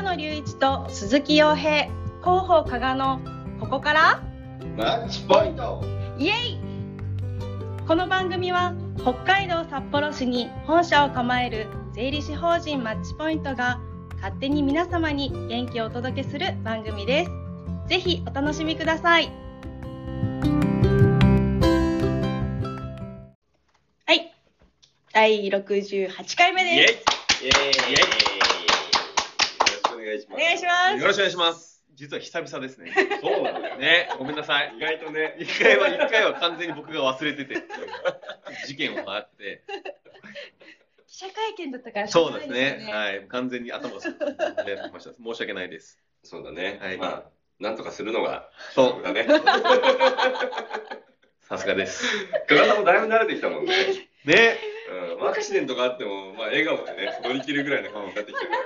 野隆一と鈴木陽平、広報加賀のここからマッチポイント。 イエイ。この番組は北海道札幌市に本社を構える税理士法人マッチポイントが勝手に皆様に元気をお届けする番組です。ぜひお楽しみください。はい、第68回目です。 イエイイエイイエイ。よろしくお願いします。 お願いします。 よろしくお願いします。実は久々ですね。 そうなんだよね。ごめんなさい。 意外とね、 一回は完全に僕が忘れてて、事件があって。 記者会見だったからそうですね。はい。完全に頭がすっと出ました。申し訳ないです。 そうだね。 はい。 まあ、なんとかするのが、 そうだね。 さすがです。 加賀さんもだいぶ慣れてきたもんね。 ね。 アクシデントがあっても、まあ、笑顔でね、乗り切るぐらいの感じになってきてる。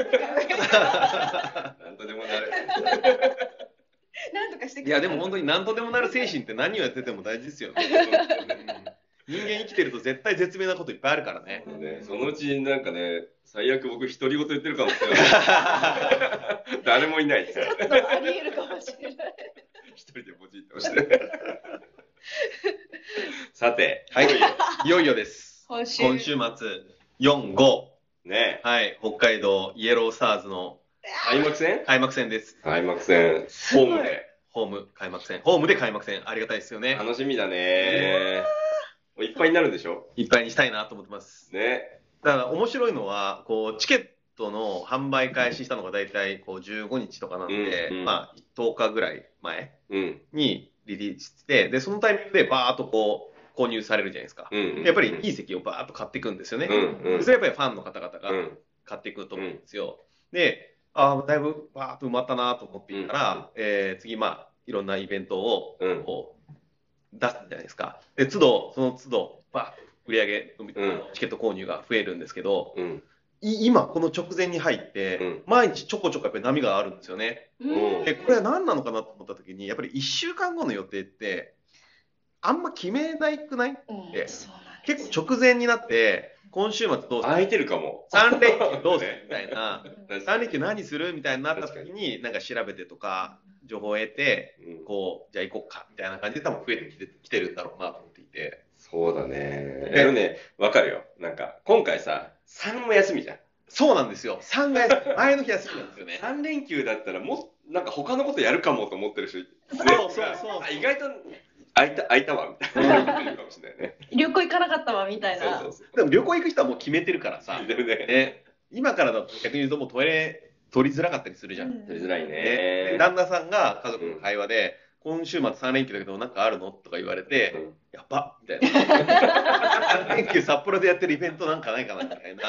なんとでもなる。 なんとかしてくれ。 いや、でも本当になんとでもなる精神って何をやってても大事ですよね。人間生きてると絶対絶命なこといっぱいあるからね。 そのうちなんかね、最悪僕独り言言ってるかもしれない。誰もいないです。 ちょっとあり得るかもしれない。 一人でポチってましたね。さて、 はい、いよいよです。今週末4、5 ね、 はい、北海道イエロースターズの開幕戦です。 開幕戦、ホームで。 ホームで開幕戦、ありがたいですよね。 楽しみだね。いっぱいになるでしょ？ いっぱいにしたいなと思ってます。 ね。 だから面白いのは、こう、チケットの販売開始したのがだいたい15日とかなんで、まあ、10日ぐらい前にリリースして、で、そのタイミングでバーっとこう、購入されるじゃないですか。やっぱりいい席をバーっと買っていくんですよね。それはやっぱりファンの方々が買っていくと思うんですよ。で、だいぶバーっと埋まったなと思っていたら、次、まあ、いろんなイベントをこう出すじゃないですか。で、その都度、バーっと売り上げ、チケット購入が増えるんですけど、今、この直前に入って、毎日ちょこちょこやっぱり波があるんですよね。で、これは何なのかなと思った時に、やっぱり1週間後の予定って、あんま決めないくないって、結構直前になって、今週末どうする？ 空いてるかも。 3連休どうするみたいな、3連休何するみたいになった時に、なんか調べてとか、情報を得て、こう、じゃあ行こうか、みたいな感じで多分増えてきてるんだろうなと思っていて。 そうだね。わかるよ。なんか、今回さ、3も休みじゃん。 そうなんですよ。3が休み。前の日休みなんですよね。 3連休だったら、なんか他のことやるかもと思ってる人、そう。意外と、空いたわ、みたいな。かもしれないね。 旅行行かなかったわ、みたいな。 でも旅行行く人はもう決めてるからさ。今からだと逆に言うともう取りづらかったりするじゃん。 取りづらいね。 旦那さんが家族の会話で、今週末3連休だけどなんかあるのとか言われて、やばっみたいな。3連休札幌でやってるイベントなんかないかなみたいな。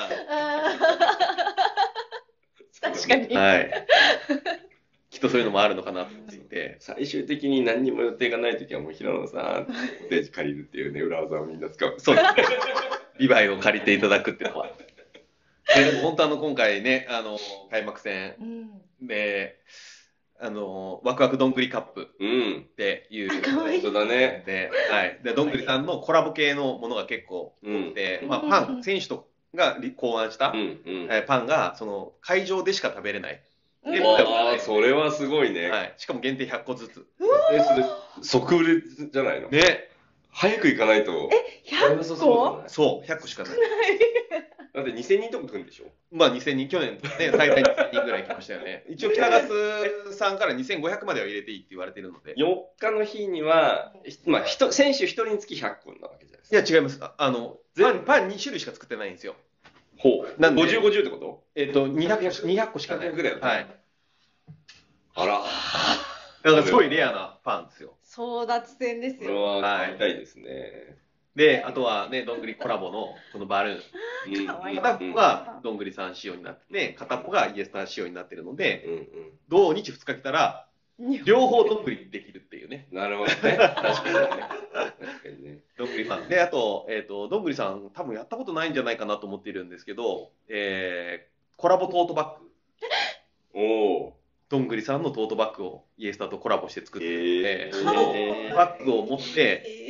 確かに。 はい。きっとそういうのもあるのかなと思っていて。 最終的に何にも予定がないときはもう平野さん、ステージ借りるっていうね、裏技をみんな使う。 そうですね。リヴァイを借りていただくっていうのは。本当今回ね、開幕戦で、ワクワクどんぐりカップっていう、 本当だね。 で、はい。で、どんぐりさんのコラボ系のものが結構多くて、まあ、選手が考案したパンが、その、会場でしか食べれない。 それはすごいね。 はい。しかも限定100個ずつ。 それ、即売れじゃないの？ ね。 早く行かないと。 100個？ そう、100個しかない。 だって2000人とか来るんでしょ？ まあ2000人、去年ね、最大2000人ぐらい来ましたよね。一応北ガスさんから2500までは入れていいって言われてるので。 4日の日には、まあ、選手1人につき100個なわけじゃないですか。 いや、違います。パン2種類しか作ってないんですよ。 ほう。なんで50、50ってこと？ 200個しかない。 200だよね。 はい。 あら。 だからすごいレアなパンですよ。 争奪戦ですよ。 これは買いたいですね。 で、あとはね、どんぐりコラボのこのバルーン。片っぽがどんぐりさん仕様になってて、片っぽがイエスター仕様になってるので、土日2日来たら、両方どんぐりできるっていうね。 なるほどね。確かにね。 どんぐりさん。で、あと、どんぐりさん多分やったことないんじゃないかなと思っているんですけど、コラボトートバッグ。 おー。 どんぐりさんのトートバッグをイエスターとコラボして作ってるので、バッグを持って、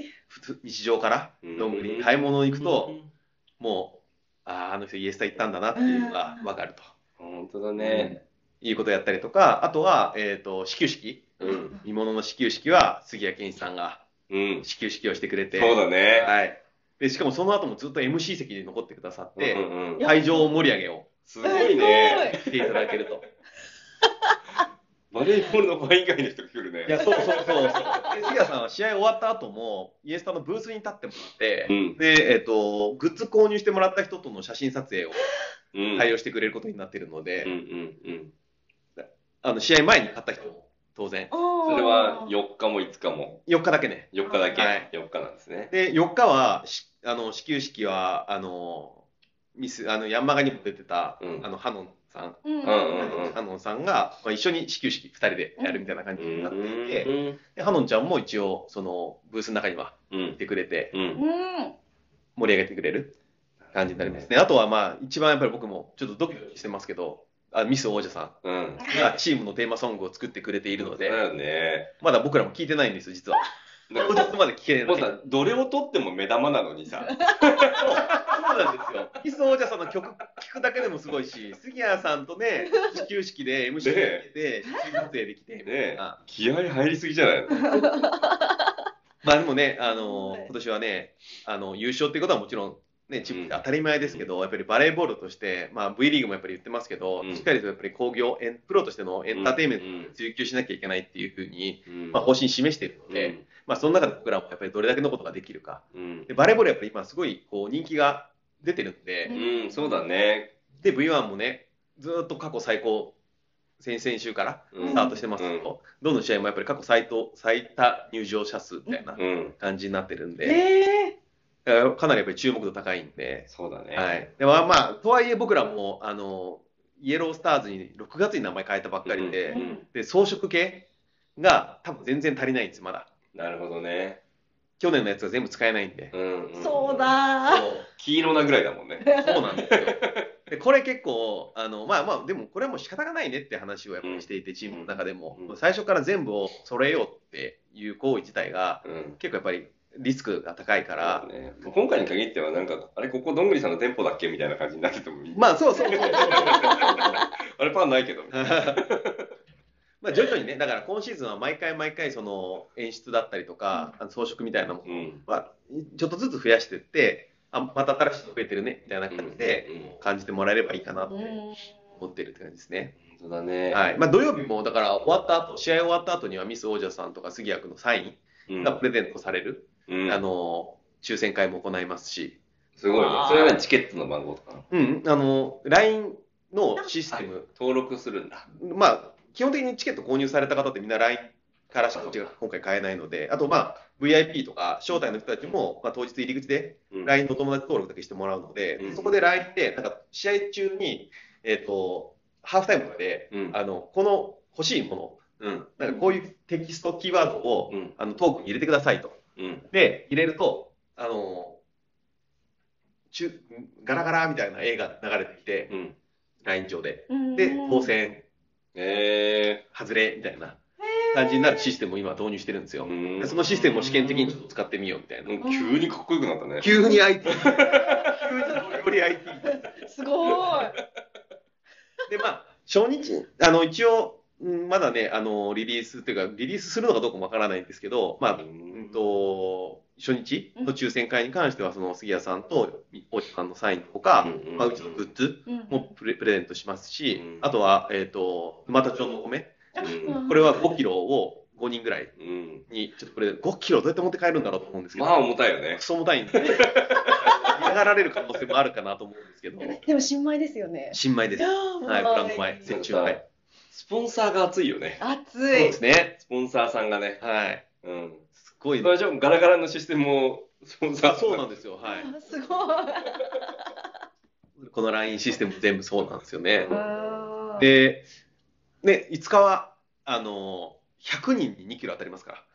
日常からどんぐりに買い物に行くと、もう、あの人イエスタ行ったんだなっていうのがわかると。 本当だね。 いうことをやったりとか、あとは、始球式。見物の始球式は、杉谷拳士さんが、始球式をしてくれて。 そうだね。 はい。で、しかもその後もずっと MC 席に残ってくださって、会場盛り上げを。 すごいね。 していただけると。 バレーボールのファン以外の人が来るね。 いや、そう。で、杉谷さんは試合終わった後も、イエスタのブースに立ってもらって、で、グッズ購入してもらった人との写真撮影を対応してくれることになっているので、試合前に買った人も当然。 それは4日も5日も。 4日だけね。 4日だけ。はい、4日なんですね。 で、4日は、始球式は、ヤンマガにも出てた、ハノンさん。ハノンさんが、一緒に始球式2人でやるみたいな感じになっていて、で、ハノンちゃんも一応、その、ブースの中にはいてくれて、盛り上げてくれる感じになりますね。あとは、まあ、一番やっぱり僕もちょっとドキドキしてますけど、ミス王者さんがチームのテーマソングを作ってくれているので、まだ僕らも聞いてないんですよ、実は。当日まで聞けない。 もうさ、どれをとっても目玉なのにさ。 そうなんですよ。ミス王者さんの曲聴くだけでもすごいし、杉谷さんとね、始球式で MC でて、写真撮影できて、 ね、気合入りすぎじゃないのまあでもね、今年はね、優勝っていうことはもちろん、ね、チームで当たり前ですけど、やっぱりバレーボールとして、まあ V リーグもやっぱり言ってますけど、しっかりとやっぱり興行、プロとしてのエンターテインメントを追求しなきゃいけないっていうふうに、まあ方針示しているので、まあその中で僕らもやっぱりどれだけのことができるか。でバレーボールやっぱり今すごいこう人気が出てるんで、 そうだね。 で V1 もね、ずっと過去最高、先々週からスタートしてますけど、どの試合もやっぱり過去最多入場者数みたいな感じになってるんで、かなりやっぱり注目度高いんで。 そうだね。 はい。でもまあ、とはいえ僕らも、イエロースターズに6月に名前変えたばっかりで、で、装飾系が多分全然足りないんです、まだ。 なるほどね。 去年のやつが全部使えないんで。 そうだー。 黄色なぐらいだもんね。 そうなんですよ。で、これ結構、でもこれはもう仕方がないねって話をやっぱりしていて、チームの中でも、最初から全部を揃えようっていう行為自体が、結構やっぱり、リスクが高いから。 ね、今回に限ってはなんか、あれ、ここどんぐりさんの店舗だっけみたいな感じになっててもいい。 まあ、そう。 あれ、パンないけど。 まあ、徐々にね、だから今シーズンは毎回その演出だったりとか、装飾みたいなものは、ちょっとずつ増やしていって、また新しいの増えてるね、みたいな感じで感じてもらえればいいかなって思ってるって感じですね。 本当だね。 はい。まあ、土曜日も、だから試合終わった後にはミス王者さんとか杉谷君のサインがプレゼントされる。抽選会も行いますし。 すごいね。それはチケットの番号とか LINE のシステム。 登録するんだ。 まあ、基本的にチケット購入された方ってみんな LINE からしか今回買えないので、あとまあ、VIP とか招待の人たちも、まあ、当日入り口で LINE の友達登録だけしてもらうので、そこで LINE で、なんか試合中に、ハーフタイムまで、この欲しいもの、なんかこういうテキストキーワードを、トークに入れてくださいと。で、入れると、ガラガラみたいな絵が流れてきて、LINE 上で。で、当選、外れみたいな感じになるシステムを今導入してるんですよ。そのシステムを試験的にちょっと使ってみようみたいな。 急にかっこよくなったね。 急に IT。急にゴリ IT。 すごい。 で、まあ、初日、一応、まだね、リリースっていうか、リリースするのかどうかもわからないんですけど、まあ、初日の抽選会に関しては、その杉谷さんと大地さんのサインとか、まあ、うちのグッズもプレゼントしますし、あとは、沼田町のお米。これは5キロを5人ぐらいに、ちょっとこれ5キロどうやって持って帰るんだろうと思うんですけど。 まあ、重たいよね。 クソ重たいんで。嫌がられる可能性もあるかなと思うんですけど。 でも新米ですよね。 新米です。はい、ブランド米、雪中米。 スポンサーが熱いよね。 熱い。 そうですね。 スポンサーさんがね。 はい。すごい。 ガラガラのシステムもスポンサー。 そうなんですよ。はい。 すごい。 この LINE システム全部そうなんですよね。で、ね、5日は、100人に2キロ当たりますから。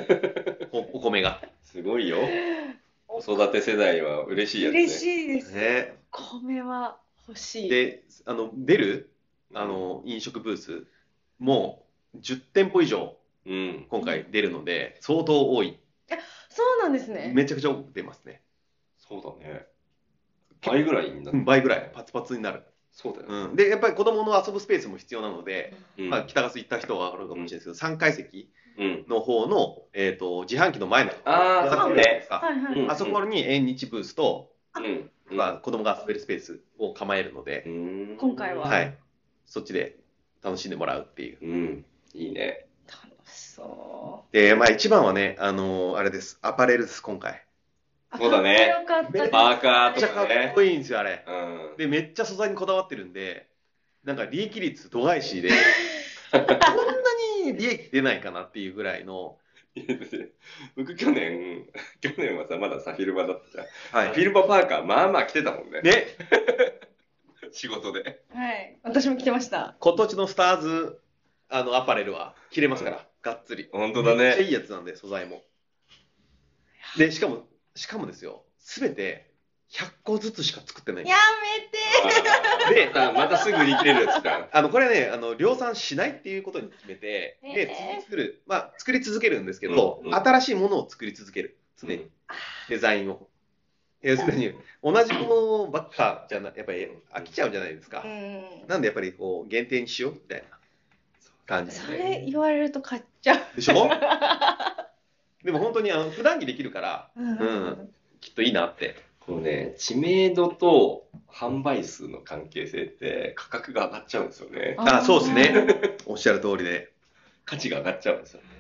お米が。 すごいよ。子育て世代は嬉しいやつね。 嬉しいです。 ね。 米は欲しい。 で、出る飲食ブースも10店舗以上、今回出るので、相当多い。 そうなんですね。 めちゃくちゃ多く出ますね。 そうだね。倍ぐらいになる。 倍ぐらい、パツパツになる。 そうだよ、 で、やっぱり子供の遊ぶスペースも必要なので、まあ、北ガス行った人は分かるかもしれないですけど、3階席の方の、自販機の前の、 そうね。 あそこに縁日ブースと、子供が遊べるスペースを構えるので、 今回は、 はい、そっちで楽しんでもらうっていう。 いいね。 楽しそう。 で、まあ一番はね、あれです。アパレルです、今回。 そうだね。 パーカーとかね。 めっちゃかっこいいんですよ、あれ。で、めっちゃ素材にこだわってるんで、なんか利益率度外視で、こんなに利益出ないかなっていうぐらいの。 僕去年はさ、まだサフィルバだったじゃん。 はい。 サフィルバパーカー、まあまあ着てたもんね。 ね。 仕事で。 はい。私も着てました。 今年のスターズ、アパレルは着れますから、がっつり。 本当だね。 めっちゃいいやつなんで、素材も。で、しかもですよ、すべて100個ずつしか作ってないんです。 やめてで、またすぐ売り切れるやつじゃん。 これね、量産しないっていうことに決めて、で、作り続けるんですけど、新しいものを作り続ける。常に。デザインを。要するに、同じものばっかじゃな、やっぱり飽きちゃうじゃないですか。なんでやっぱりこう、限定にしようみたいな感じで。 それ言われると買っちゃう。 でしょでも本当に普段着できるから、きっといいなって。 このね、知名度と販売数の関係性って価格が上がっちゃうんですよね。 そうですね。おっしゃる通りで。 価値が上がっちゃうんですよね。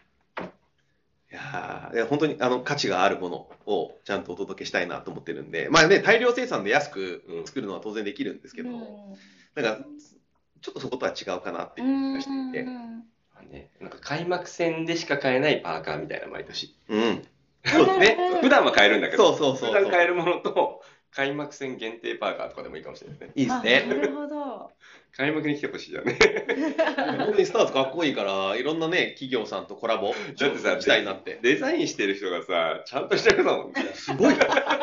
いや本当に価値があるものをちゃんとお届けしたいなと思ってるんで、まあね、大量生産で安く作るのは当然できるんですけど、なんか、ちょっとそことは違うかなっていう気がしていて。 なんか開幕戦でしか買えないパーカーみたいな、毎年。 そうですね。 普段は買えるんだけど、 普段買えるものと、開幕戦限定パーカーとかでもいいかもしれないですね。 いいですね。 なるほど。 開幕に来てほしいよね。 本当にスターズかっこいいから、いろんなね、企業さんとコラボしたいなって。 デザインしてる人がさ、ちゃんとしてるもんね。 すごい。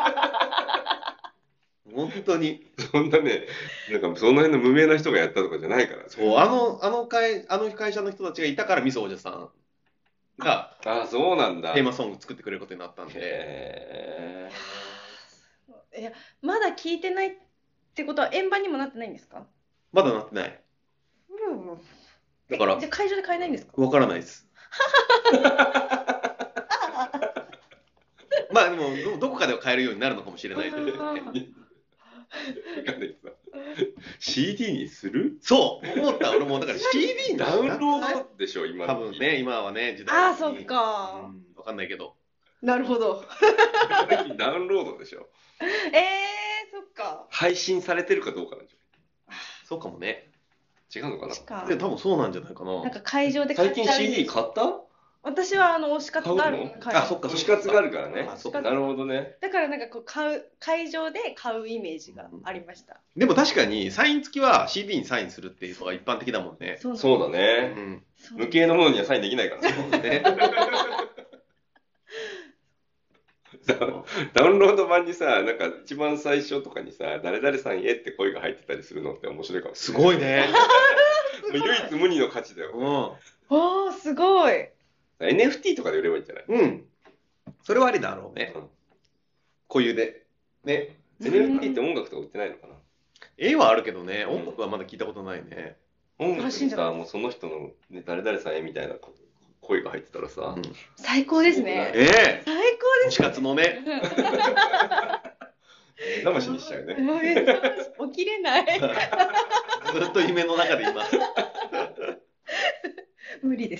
本当に。 そんなね、なんかその辺の無名な人がやったとかじゃないから、ね。 そう、あの会社の人たちがいたから、みそおじさんが、 そうなんだ。 テーマソング作ってくれることになったんで。 いや、まだ聞いてないってことは、円盤にもなってないんですか？ まだなってない。だから。 じゃあ会場で買えないんですか？ わからないです。まあでも、どこかでは買えるようになるのかもしれないですね。 CD にする？ そう思った。俺もだから CD にダウンロードでしょ、今多分ね、今はね、時代に。 そっか。 わかんないけど。 なるほど。 ダウンロードでしょ。 そっか。 配信されてるかどうかなんじゃない？ そうかもね。 違うのかな？ 多分そうなんじゃないかな。 なんか会場で最近 CD 買った？ 私は推し活があるから。 そっか、 推し活があるからね。なるほどね。 だからなんかこう会場で買うイメージがありました。 でも確かにサイン付きは CD にサインするっていうのが一般的だもんね。 そうだね。無形のものにはサインできないからね。ダウンロード版にさ、なんか一番最初とかにさ、誰々さんへって声が入ってたりするのって面白いかもしれない。 すごいね。 唯一無二の価値だよ。 すごい。 NFT とかで売ればいいんじゃない？ それはありだろうね。固有で。ね。 NFT って音楽とか売ってないのかな？ 絵はあるけどね、音楽はまだ聞いたことないね。 音楽にさ、もうその人の、ね、誰々さんへみたいな声が入ってたらさ。 最高ですね。 最高です。 推し活のね。 騙しにしちゃうね。 起きれない。 ずっと夢の中でいます。 無理です。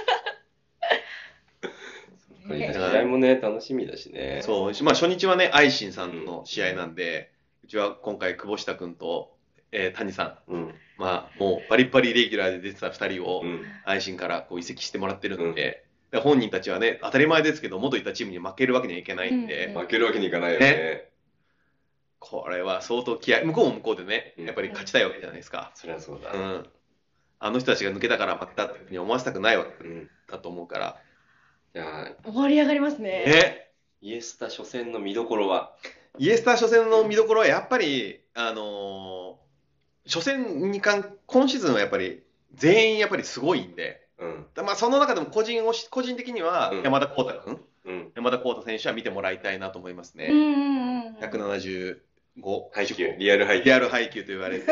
試合もね、楽しみだしね。 そう、まあ初日はね、アイシンさんの試合なんで、うちは今回、久保下君と、谷さん、まあ、もうバリバリレギュラーで出てた2人を、アイシンからこう移籍してもらってるので、本人たちはね、当たり前ですけど、元いたチームに負けるわけにはいけないんで。 負けるわけにいかないよね。 これは相当気合い、向こうも向こうでね、やっぱり勝ちたいわけじゃないですか。 そりゃそうだ。 あの人たちが抜けたから負けたっていうふうに思わせたくないわけだと思うから。 盛り上がりますね。 イエスタ初戦の見どころは？ イエスタ初戦の見どころはやっぱり、初戦に今シーズンはやっぱり全員やっぱりすごいんで、まあその中でも個人的には山田浩太君、山田浩太選手は見てもらいたいなと思いますね。170 配球、リアル配球。 リアル配球と言われて。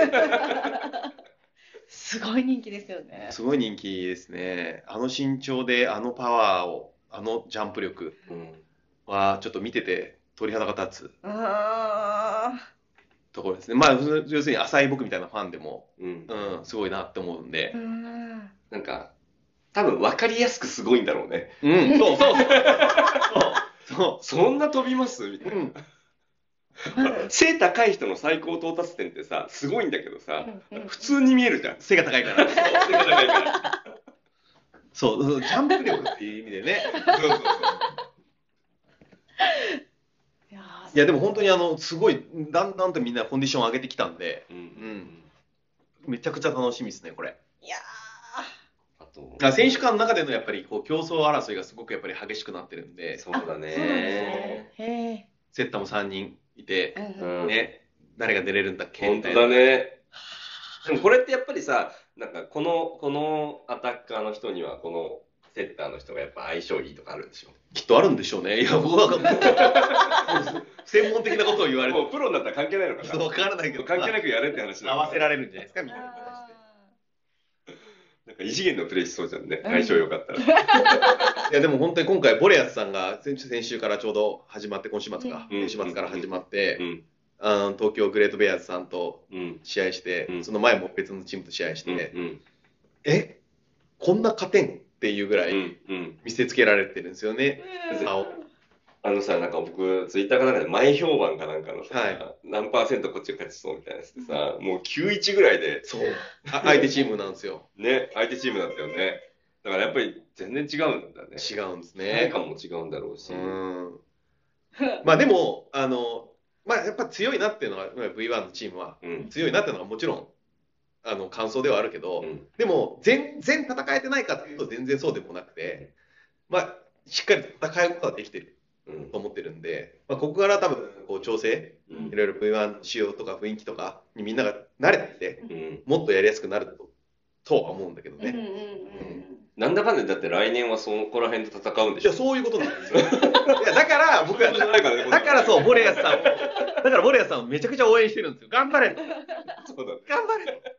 すごい人気ですよね。 すごい人気ですね。あの身長で、あのパワーを、あのジャンプ力は、ちょっと見てて鳥肌が立つところですね。まあ、要するに浅い僕みたいなファンでも、すごいなって思うんで。 なんか、多分分かりやすくすごいんだろうね。 そう。 そんな飛びますみたいな。背高い人の最高到達点ってさ、すごいんだけどさ、普通に見えるじゃん。 背が高いから。背が高いから。そう、ジャンプ力っていう意味でね。いや、でも本当にすごい、だんだんとみんなコンディション上げてきたんで、めちゃくちゃ楽しみですね、これ。 いや選手間の中でのやっぱりこう競争争いがすごくやっぱり激しくなってるんで。 そうだね。 セッターも3人いて、ね、誰が出れるんだっけみたいな。本当だね。でもこれってやっぱりさ、なんかこのアタッカーの人にはこのセッターの人がやっぱ相性いいとかあるんでしょ？ きっとあるんでしょうね。いや、僕は専門的なことを言われて。 もうプロになったら関係ないのかな？ わからないけど。 関係なくやれって話合わせられるんじゃないですか、みんな。 なんか異次元のプレイしそうじゃんね。相性良かったら。 いや、でも本当に今回、ボレアスさんが先週からちょうど始まって、今週末から始まって、東京グレートベアーズさんと試合して、その前も別のチームと試合して、こんな勝てんっていうぐらい見せつけられてるんですよね。 さ、なんか僕、ツイッターかなんかで前評判かなんかのさ、何%こっちが勝ちそうみたいなやつでさ、もう9-1ぐらいで。 そう。相手チームなんですよ。 ね、相手チームなんだよね。だからやっぱり全然違うんだね。 違うんですね。 誰かも違うんだろうし。 まあでも、まあやっぱ強いなっていうのが、V1 のチームは強いなっていうのがもちろん、感想ではあるけど、でも全然戦えてないかっていうと全然そうでもなくて、まあしっかり戦うことができてると思ってるんで、まあここから多分こう調整、いろいろ V1 仕様とか雰囲気とかにみんなが慣れてきて、もっとやりやすくなるとは思うんだけどね。 なんだかんだだって来年はそこら辺と戦うんでしょ？ いや、そういうことなんですよ。いや、だから僕は、だからそう、ボレアスさんを、だからボレアスさんをめちゃくちゃ応援してるんですよ。頑張れ。 そうだね。 頑張れ。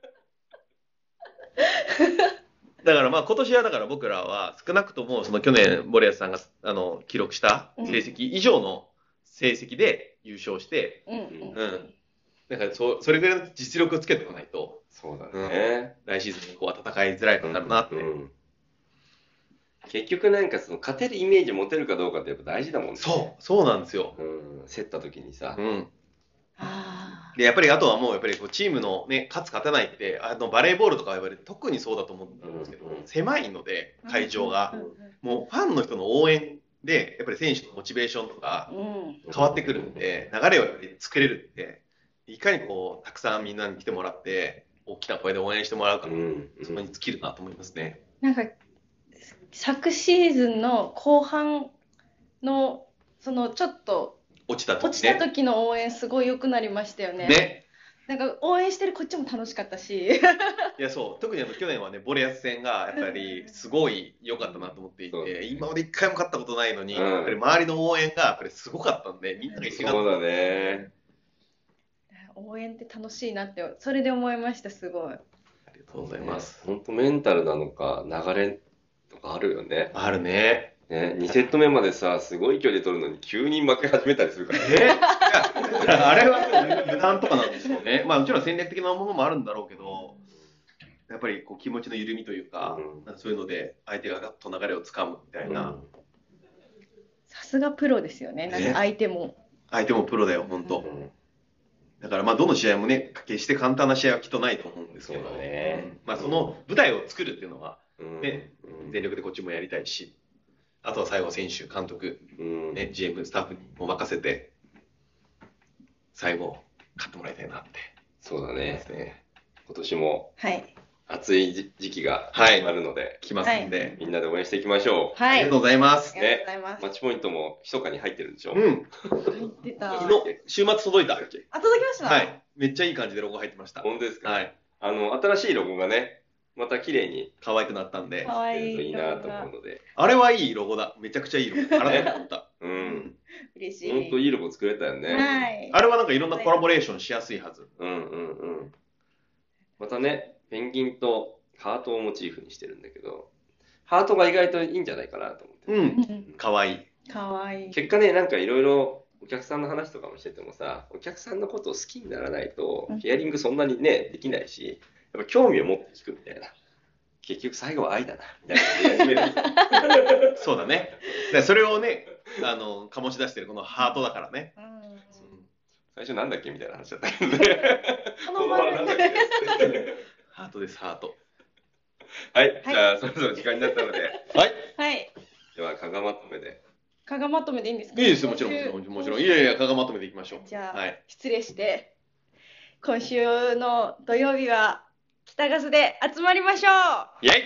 だからまあ今年はだから僕らは少なくともその去年ボレアスさんが記録した成績以上の成績で優勝して、だからそれぐらいの実力をつけておかないと、 そうだね。 来シーズン以降は戦いづらいかなるなって。 結局なんかその勝てるイメージ持てるかどうかってやっぱ大事だもんね。 そうなんですよ。 競った時にさ。 でやっぱりあとはもうやっぱりこうチームのね勝つ勝てないってバレーボールとかはやっぱり特にそうだと思うんですけど、狭いので会場がもうファンの人の応援でやっぱり選手のモチベーションとか変わってくるんで、流れをやっぱり作れるっていかにこうたくさんみんなに来てもらって大きな声で応援してもらうか、そこに尽きるなと思いますね。 なんか昨シーズンの後半のそのちょっと落ちた時の応援すごい良くなりましたよね。なんか応援してるこっちも楽しかったし。 いやそう、特に去年はねボレアス戦がやっぱりすごい良かったなと思っていて、今まで一回も勝ったことないのに、やっぱり周りの応援がやっぱりすごかったんでみんなが一緒にそうだね。 応援って楽しいなってそれで思いました。すごい。ありがとうございます。 本当メンタルなのか流れとかあるよね。 あるね。 2セット目までさ、すごい距離で取るのに急に負け始めたりするからね。あれは油断とかなんでしょうね。まあもちろん戦略的なものもあるんだろうけど、やっぱりこう気持ちの緩みというか、そういうので相手がガッと流れをつかむみたいな。 さすがプロですよね。なんか相手もプロだよ、本当。だからまあどの試合もね、決して簡単な試合はきっとないと思うんですけどね。まあその舞台を作るっていうのは、ね、全力でこっちもやりたいし、あとは最後選手、監督、ね、GM、スタッフにも任せて、最後、勝ってもらいたいなって。 そうだね。今年も暑い時期が始まるので、 来ますんで、 みんなで応援していきましょう。 ありがとうございます。 ありがとうございます。 マッチポイントも密かに入ってるんでしょ？ 入ってた。 昨日、週末届いた。 届きました。 はい。めっちゃいい感じでロゴ入ってました。 本当ですか？ はい。 新しいロゴがね、また綺麗に可愛くなったんで、 可愛いいいなと思うので。 あれはいいロゴだ。めちゃくちゃいいロゴ。改めて思った。 うん。 嬉しい。 ほんといいロゴ作れたよね。 はい。 あれはなんかいろんなコラボレーションしやすいはず。 またね、ペンギンとハートをモチーフにしてるんだけど、ハートが意外といいんじゃないかなと思って。 かわいい。 かわいい。 結果ね、なんかいろいろお客さんの話とかもしててもさ、お客さんのことを好きにならないと、ヒアリングそんなにね、できないし、やっぱ興味を持って聞くみたいな。結局最後は愛だな、みたいな感じでそうだね。それをね、醸し出してるこのハートだからね。 最初なんだっけみたいな話だったけどね。 この場なんだっけハートです、ハート。 はい、じゃあそろそろ時間になったので。 はい。 では、加賀まとめで。 加賀まとめでいいんですか？ いいです、もちろん。いやいや、加賀まとめでいきましょう。 じゃあ、失礼して、今週の土曜日は北ガスで集まりましょう。 イェイ！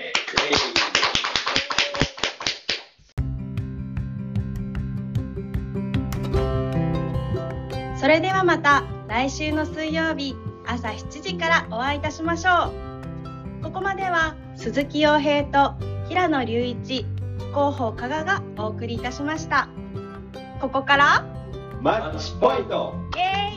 それではまた来週の水曜日朝7時からお会いいたしましょう。ここまでは鈴木陽平と平野隆一、広報加賀がお送りいたしました。ここからマッチポイント。 イエーイ。